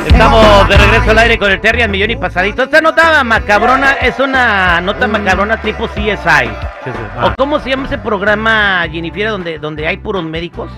Estamos de regreso al aire con el Terry al millón y pasadito. Esta nota macabrona es una nota macabrona tipo CSI. ¿O cómo se llama ese programa, Jennifer, donde hay puros médicos?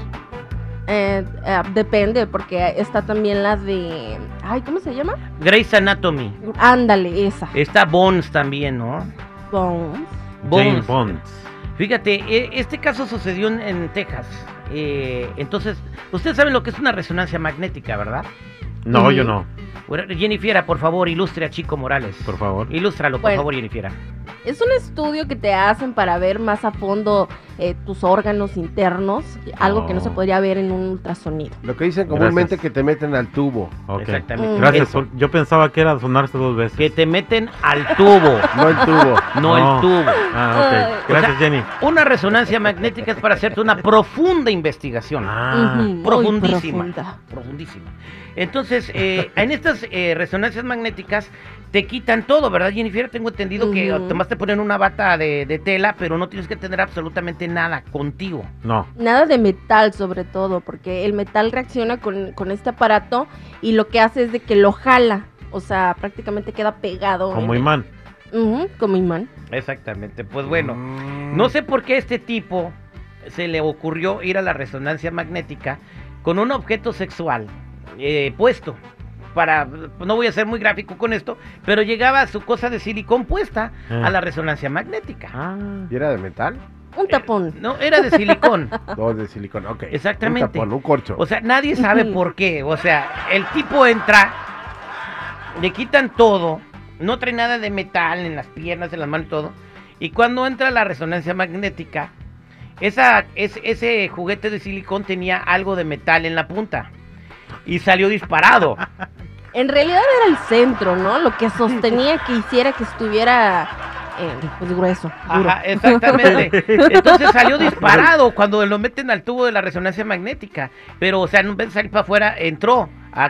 Depende, porque está también la de... Ay, ¿cómo se llama? Grey's Anatomy. Ándale, esa. Está Bones también, ¿no? Bones. Jane Bones. Fíjate, este caso sucedió en Texas. Entonces, ustedes saben lo que es una resonancia magnética, ¿verdad? No, yo no. Bueno, Jennifer, por favor, ilustre a Chico Morales. Por favor. Ilústralo, por favor, Jennifer. Es un estudio que te hacen para ver más a fondo tus órganos internos, algo que no se podría ver en un ultrasonido. Lo que dicen comúnmente que te meten al tubo. Okay. Exactamente. Gracias. Yo pensaba que era sonarse dos veces. Que te meten al tubo. No el tubo. No el tubo. Ah, ok. Gracias, O sea, Jenny. Una resonancia magnética es para hacerte una profunda investigación. Profundísima. Profundísima. Entonces, en estas resonancias magnéticas te quitan todo, ¿verdad, Jennifer? Tengo entendido que además te ponen una bata de tela, pero no tienes que tener absolutamente nada contigo. No. Nada de metal, sobre todo, porque el metal reacciona con este aparato y lo que hace es de que lo jala. O sea, prácticamente queda pegado. Como imán. Como imán. Exactamente. Pues bueno, no sé por qué a este tipo se le ocurrió ir a la resonancia magnética con un objeto sexual puesto. No voy a ser muy gráfico con esto, pero llegaba su cosa de silicón puesta a la resonancia magnética. ¿Y era de metal? Un tapón. No, era de silicón. No, de silicón, ok. Exactamente. Un tapón, un corcho. O sea, nadie sabe por qué. O sea, el tipo entra, le quitan todo, no trae nada de metal en las piernas, en las manos, todo. Y cuando entra la resonancia magnética, ese juguete de silicón tenía algo de metal en la punta. Y salió disparado. En realidad era el centro, ¿no? Lo que sostenía que hiciera que estuviera pues grueso. Duro. Ajá, exactamente. Entonces salió disparado cuando lo meten al tubo de la resonancia magnética. Pero, o sea, en vez de salir para afuera, entró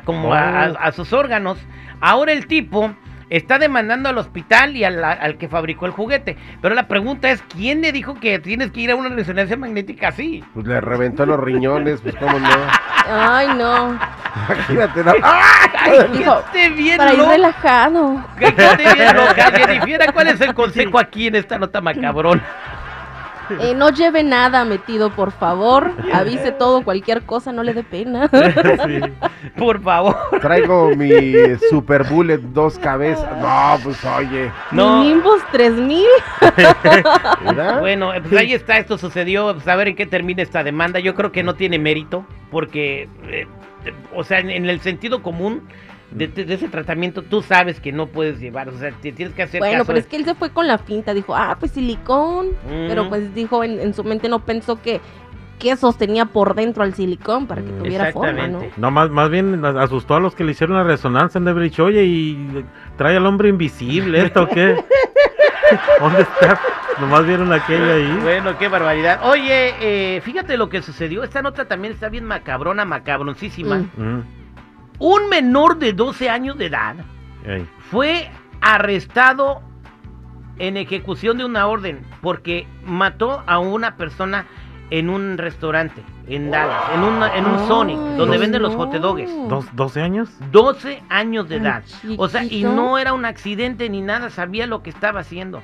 a sus órganos. Ahora el tipo está demandando al hospital y al que fabricó el juguete. Pero la pregunta es, ¿quién le dijo que tienes que ir a una resonancia magnética así? Pues le reventó los riñones, pues cómo no. Ay, no. Imagínate, ¿no? ¡Ay, Dijo, que esté bien para ir loco! relajado. Que esté bien loca, Jennifer. ¿Cuál es el consejo aquí en esta nota macabrón? No lleve nada metido, por favor. Avise todo, cualquier cosa, no le dé pena. Sí. Por favor. Traigo mi Super Bullet 2 cabezas. No, pues oye. No. Mi Nimbus 3000. ¿Mira? Bueno, pues ahí está, esto sucedió. Pues a ver en qué termina esta demanda. Yo creo que no tiene mérito, porque, o sea, en el sentido común de ese tratamiento, tú sabes que no puedes llevar, o sea, te tienes que hacer Bueno, caso pero es que él se fue con la finta, dijo, pues silicón, pero pues dijo en su mente, no pensó que sostenía por dentro al silicón para que tuviera forma, ¿no? No, más bien asustó a los que le hicieron la resonancia, han de haber dicho, oye, y trae al hombre invisible, ¿esto o qué? ¿Dónde está? Nomás vieron aquello ahí. Bueno, qué barbaridad. Oye, fíjate lo que sucedió, esta nota también está bien macabroncísima. Un menor de 12 años de edad fue arrestado en ejecución de una orden porque mató a una persona en un restaurante en Dallas, en un Sonic, donde venden los hot dogs. ¿12 años? 12 años de edad. Chiquito. O sea, y no era un accidente ni nada, sabía lo que estaba haciendo.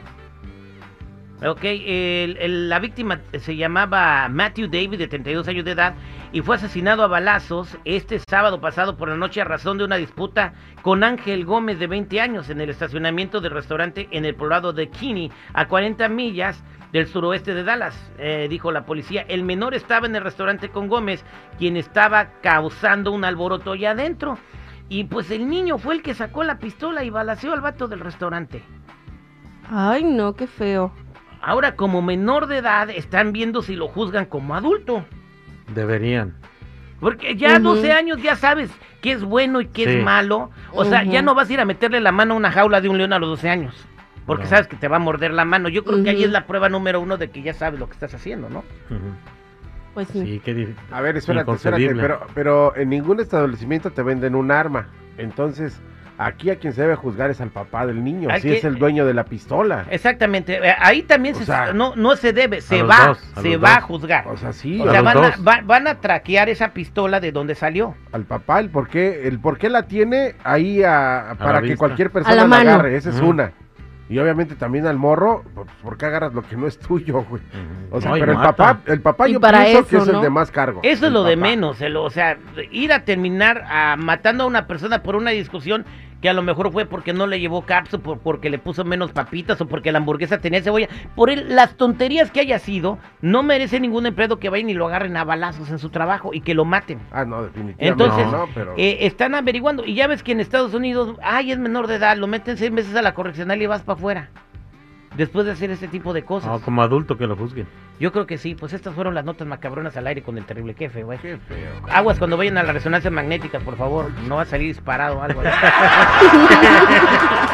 Ok, la víctima se llamaba Matthew David, de 32 años de edad, y fue asesinado a balazos este sábado pasado por la noche a razón de una disputa con Ángel Gómez, de 20 años, en el estacionamiento del restaurante en el poblado de Kinney, a 40 millas del suroeste de Dallas, dijo la policía. El menor estaba en el restaurante con Gómez, quien estaba causando un alboroto allá adentro, y pues el niño fue el que sacó la pistola y balaceó al vato del restaurante. Ay, no, qué feo. Ahora, como menor de edad, están viendo si lo juzgan como adulto. Deberían. Porque ya a 12 años ya sabes qué es bueno y qué es malo. O sea, ya no vas a ir a meterle la mano a una jaula de un león a los 12 años. Porque sabes que te va a morder la mano. Yo creo que ahí es la prueba número 1 de que ya sabes lo que estás haciendo, ¿no? Pues sí. Sí, qué difícil. A ver, espérate, pero en ningún establecimiento te venden un arma. Entonces, Aquí a quien se debe juzgar es al papá del niño, Al si que- es el dueño de la pistola. Exactamente, ahí también O sea, no se debe, se los va, dos, a se los va a dos. juzgar. O sea, sí, O sea, los dos. van a traquear esa pistola de donde salió. al papá, el por qué la tiene ahí para que vista. cualquier A persona la la mano. agarre, esa es Ujú. una. Y obviamente también al morro, pues, ¿por qué agarras lo que no es tuyo, güey? O sea, No, y pero mata. el papá Y yo para pienso eso, que es el ¿no? de más cargo. Eso es el lo de papá. menos, o sea, ir a terminar matando a una persona por una discusión que a lo mejor fue porque no le llevó cápsula, porque le puso menos papitas o porque la hamburguesa tenía cebolla. Las tonterías que haya sido, no merece ningún empleado que vayan y lo agarren a balazos en su trabajo y que lo maten. Ah, no, definitivamente Entonces, no, pero... están averiguando. Y ya ves que en Estados Unidos, es menor de edad, lo meten 6 meses a la correccional y vas para afuera. Después de hacer ese tipo de cosas. No, como adulto que lo juzguen. Yo creo que sí, pues estas fueron las notas macabronas al aire con el terrible jefe, güey. Qué feo. Aguas cuando vayan a la resonancia magnética, por favor. No va a salir disparado o algo.